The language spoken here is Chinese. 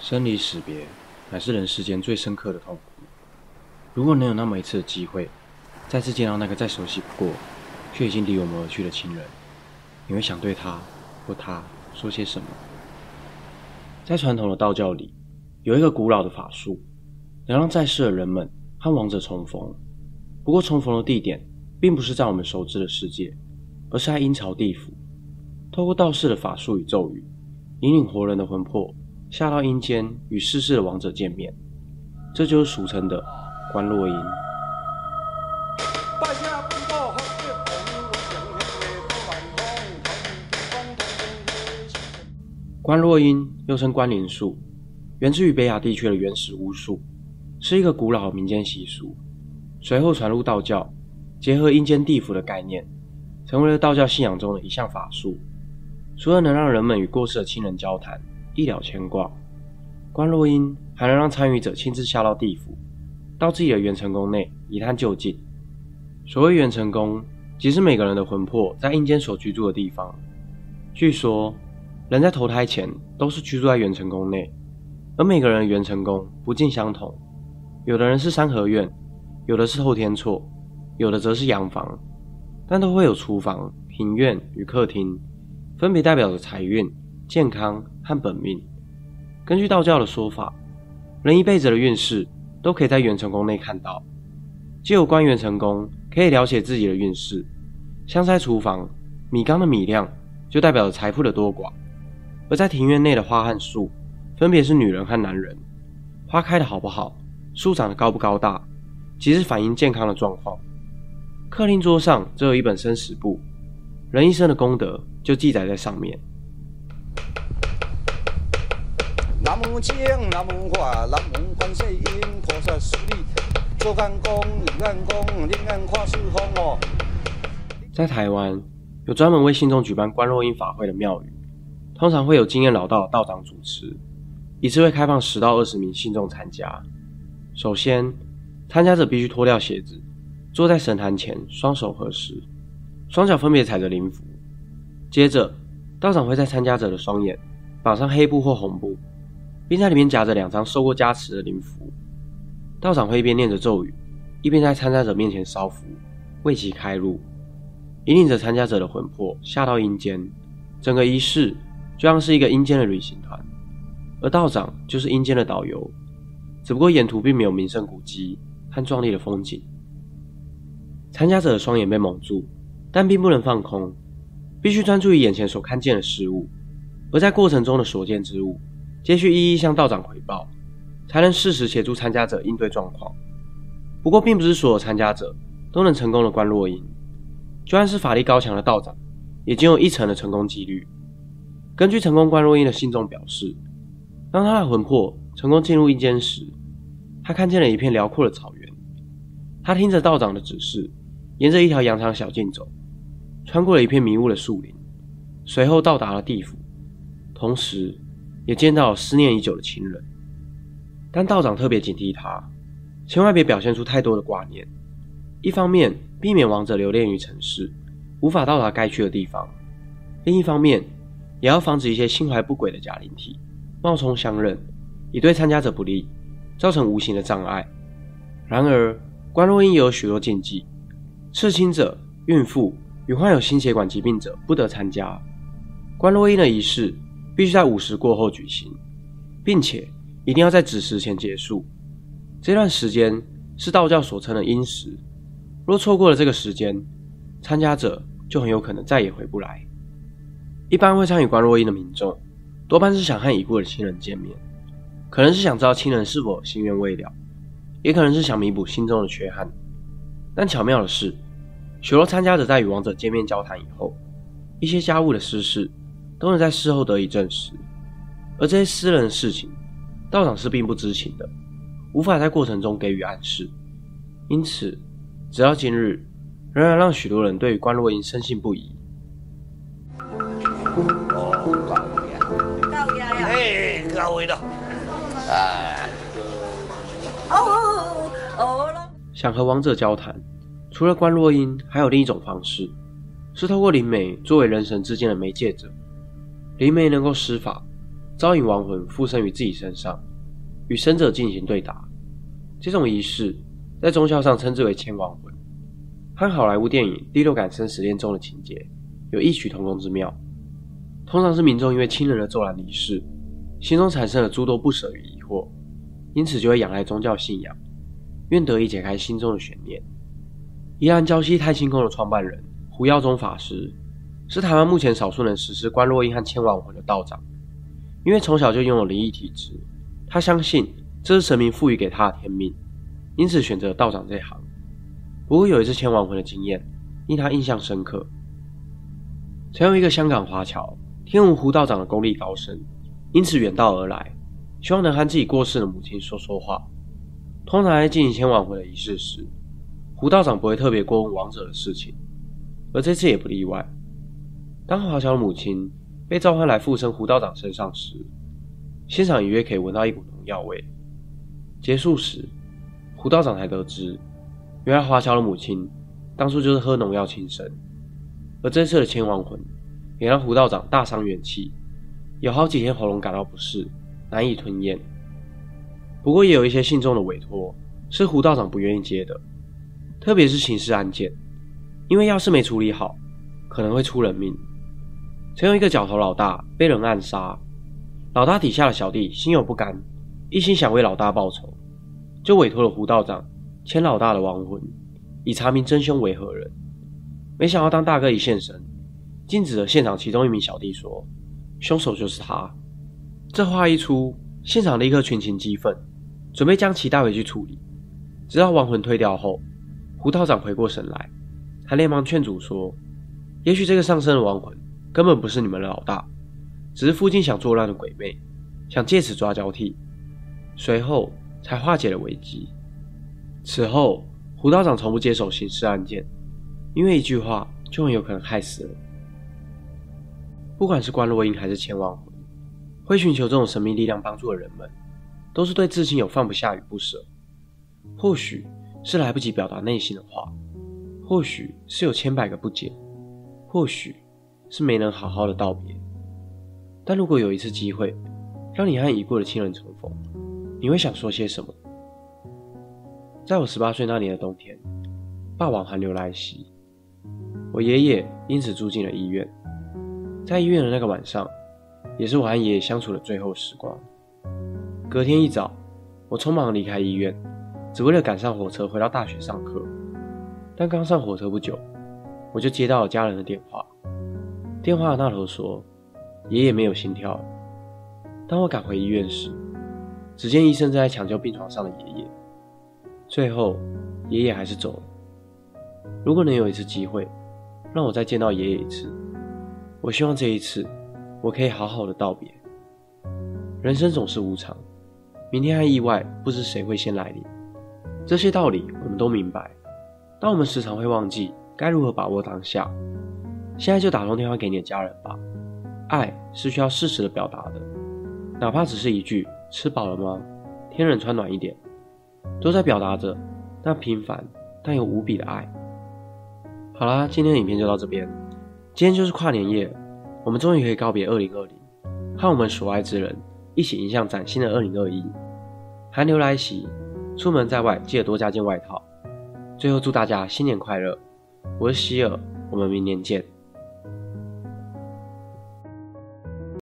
生离死别，乃是人世间最深刻的痛苦。如果能有那么一次的机会，再次见到那个再熟悉不过，却已经离我们而去的亲人，你会想对他或他说些什么？在传统的道教里，有一个古老的法术，能让在世的人们和亡者重逢。不过重逢的地点并不是在我们熟知的世界，而是在阴曹地府。透过道士的法术与咒语，引领活人的魂魄下到阴间与逝世的亡者见面，这就是俗称的观落阴。观落阴又称观灵术，源自于北亚地区的原始巫术，是一个古老的民间习俗，随后传入道教，结合阴间地府的概念，成为了道教信仰中的一项法术。除了能让人们与过世的亲人交谈，一了牵挂，观落阴还能让参与者亲自下到地府，到自己的元辰宫内一探究竟。所谓元辰宫，即是每个人的魂魄在阴间所居住的地方。据说人在投胎前都是居住在元辰宫内，而每个人的元辰宫不尽相同，有的人是三合院，有的是后天厝，有的则是洋房，但都会有厨房、庭院与客厅，分别代表着财运、健康和本命。根据道教的说法，人一辈子的运势都可以在元辰宫内看到。藉由观元辰宫，可以了解自己的运势。像在厨房，米缸的米量就代表着财富的多寡；而在庭院内的花和树，分别是女人和男人。花开的好不好，树长得高不高大，即是反映健康的状况。客厅桌上则有一本生死簿，人一生的功德就记载在上面。 南无经，南无法，南无观世音菩萨施利，做干功，立干功，立干跨世风哦。 在台湾，有专门为信众举办观落阴法会的庙宇，通常会有经验老道的道长主持，一次会开放10到20名信众参加。首先，参加者必须脱掉鞋子，坐在神坛前，双手合十，双脚分别踩着灵符。接着，道长会在参加者的双眼绑上黑布或红布，并在里面夹着2张受过加持的灵符。道长会一边念着咒语，一边在参加者面前烧符，为其开路，引领着参加者的魂魄下到阴间。整个仪式就像是一个阴间的旅行团，而道长就是阴间的导游，只不过沿途并没有名胜古迹和壮丽的风景。参加者的双眼被蒙住，但并不能放空，必须专注于眼前所看见的事物，而在过程中的所见之物皆需一一向道长回报，才能适时协助参加者应对状况。不过并不是所有参加者都能成功的观落阴，就算是法力高强的道长，也仅有1成的成功几率。根据成功观落阴的信众表示，当他的魂魄成功进入阴间时，他看见了一片辽阔的草原。他听着道长的指示，沿着一条羊肠小径走，穿过了一片迷雾的树林，随后到达了地府，同时也见到了思念已久的亲人。但道长特别警惕他，千万别表现出太多的挂念，一方面避免亡者留恋于尘世，无法到达该去的地方，另一方面也要防止一些心怀不轨的假灵体冒充相认，以对参加者不利，造成无形的障碍。然而观落阴也有许多禁忌，刺青者、孕妇与患有心血管疾病者不得参加。观落阴的仪式必须在午时过后举行，并且一定要在子时前结束。这段时间是道教所称的阴时，若错过了这个时间，参加者就很有可能再也回不来。一般会参与观落阴的民众，多半是想和已故的亲人见面，可能是想知道亲人是否心愿未了，也可能是想弥补心中的缺憾。但巧妙的是，许多参加者在与亡者见面交谈以后，一些家务的私事都能在事后得以证实，而这些私人的事情，道长是并不知情的，无法在过程中给予暗示。因此直到今日，仍然让许多人对于观落阴深信不疑。 到呀！哎，到位了。 想和亡者交谈，除了观落阴，还有另一种方式，是透过灵媒作为人神之间的媒介者。灵媒能够施法， 招引亡魂附身于自己身上，与生者进行对打。这种仪式在宗教上称之为牵亡魂，和好莱坞电影《第六感生死恋》中的情节有异曲同工之妙。通常是民众因为亲人的骤然离世，心中产生了诸多不舍与疑惑，因此就会仰赖宗教信仰，愿得以解开心中的悬念。宜兰礁溪太清宫的创办人胡耀宗法师是台湾目前少数能实施观落阴和牵亡魂的道长。因为从小就拥有灵异体质，他相信这是神明赋予给他的天命，因此选择道长这行。不过有一次牵亡魂的经验令他印象深刻。曾有一个香港华侨听闻胡道长的功力高深，因此远道而来，希望能和自己过世的母亲说说话。通常在进行牵亡魂的仪式时，胡道长不会特别过问亡者的事情，而这次也不例外。当华侨的母亲被召唤来附身胡道长身上时，现场隐约可以闻到一股农药味。结束时，胡道长才得知，原来华侨的母亲当初就是喝农药轻生。而这次的牵亡魂也让胡道长大伤元气，有好几天喉咙感到不适，难以吞咽。不过也有一些信众的委托是胡道长不愿意接的，特别是刑事案件，因为要是没处理好，可能会出人命。曾有一个角头老大被人暗杀，老大底下的小弟心有不甘，一心想为老大报仇，就委托了胡道长牵老大的亡魂，以查明真凶为何人。没想到当大哥一现身，竟指着现场其中一名小弟说，凶手就是他。这话一出，现场立刻群情激愤，准备将其带回去处理。直到亡魂退掉后，胡道长回过神来，他连忙劝阻说，也许这个上身的亡魂根本不是你们的老大，只是附近想作乱的鬼魅，想借此抓交替。随后才化解了危机。此后胡道长从不接手刑事案件，因为一句话就很有可能害死人。不管是观落阴还是牵亡魂，会寻求这种神秘力量帮助的人们，都是对至亲有放不下与不舍。或许是来不及表达内心的话，或许是有千百个不解，或许是没能好好的道别。但如果有一次机会让你和已故的亲人重逢，你会想说些什么？在我18岁那年的冬天，霸王寒流来袭，我爷爷因此住进了医院。在医院的那个晚上，也是我和爷爷相处的最后时光。隔天一早，我匆忙离开医院，只为了赶上火车回到大学上课。但刚上火车不久，我就接到了家人的电话。电话的那头说，爷爷没有心跳了。当我赶回医院时，只见医生正在抢救病床上的爷爷。最后，爷爷还是走了。如果能有一次机会，让我再见到爷爷一次，我希望这一次，我可以好好的道别。人生总是无常，明天和意外不知谁会先来临。这些道理我们都明白，但我们时常会忘记该如何把握当下。现在就打通电话给你的家人吧。爱是需要适时的表达的，哪怕只是一句吃饱了吗？天冷穿暖一点，都在表达着那平凡但又无比的爱。好啦，今天的影片就到这边。今天就是跨年夜，我们终于可以告别2020，和我们所爱之人一起迎向崭新的2021。寒流来袭，出门在外记得多加件外套。最后祝大家新年快乐，我是希尔，我们明年见。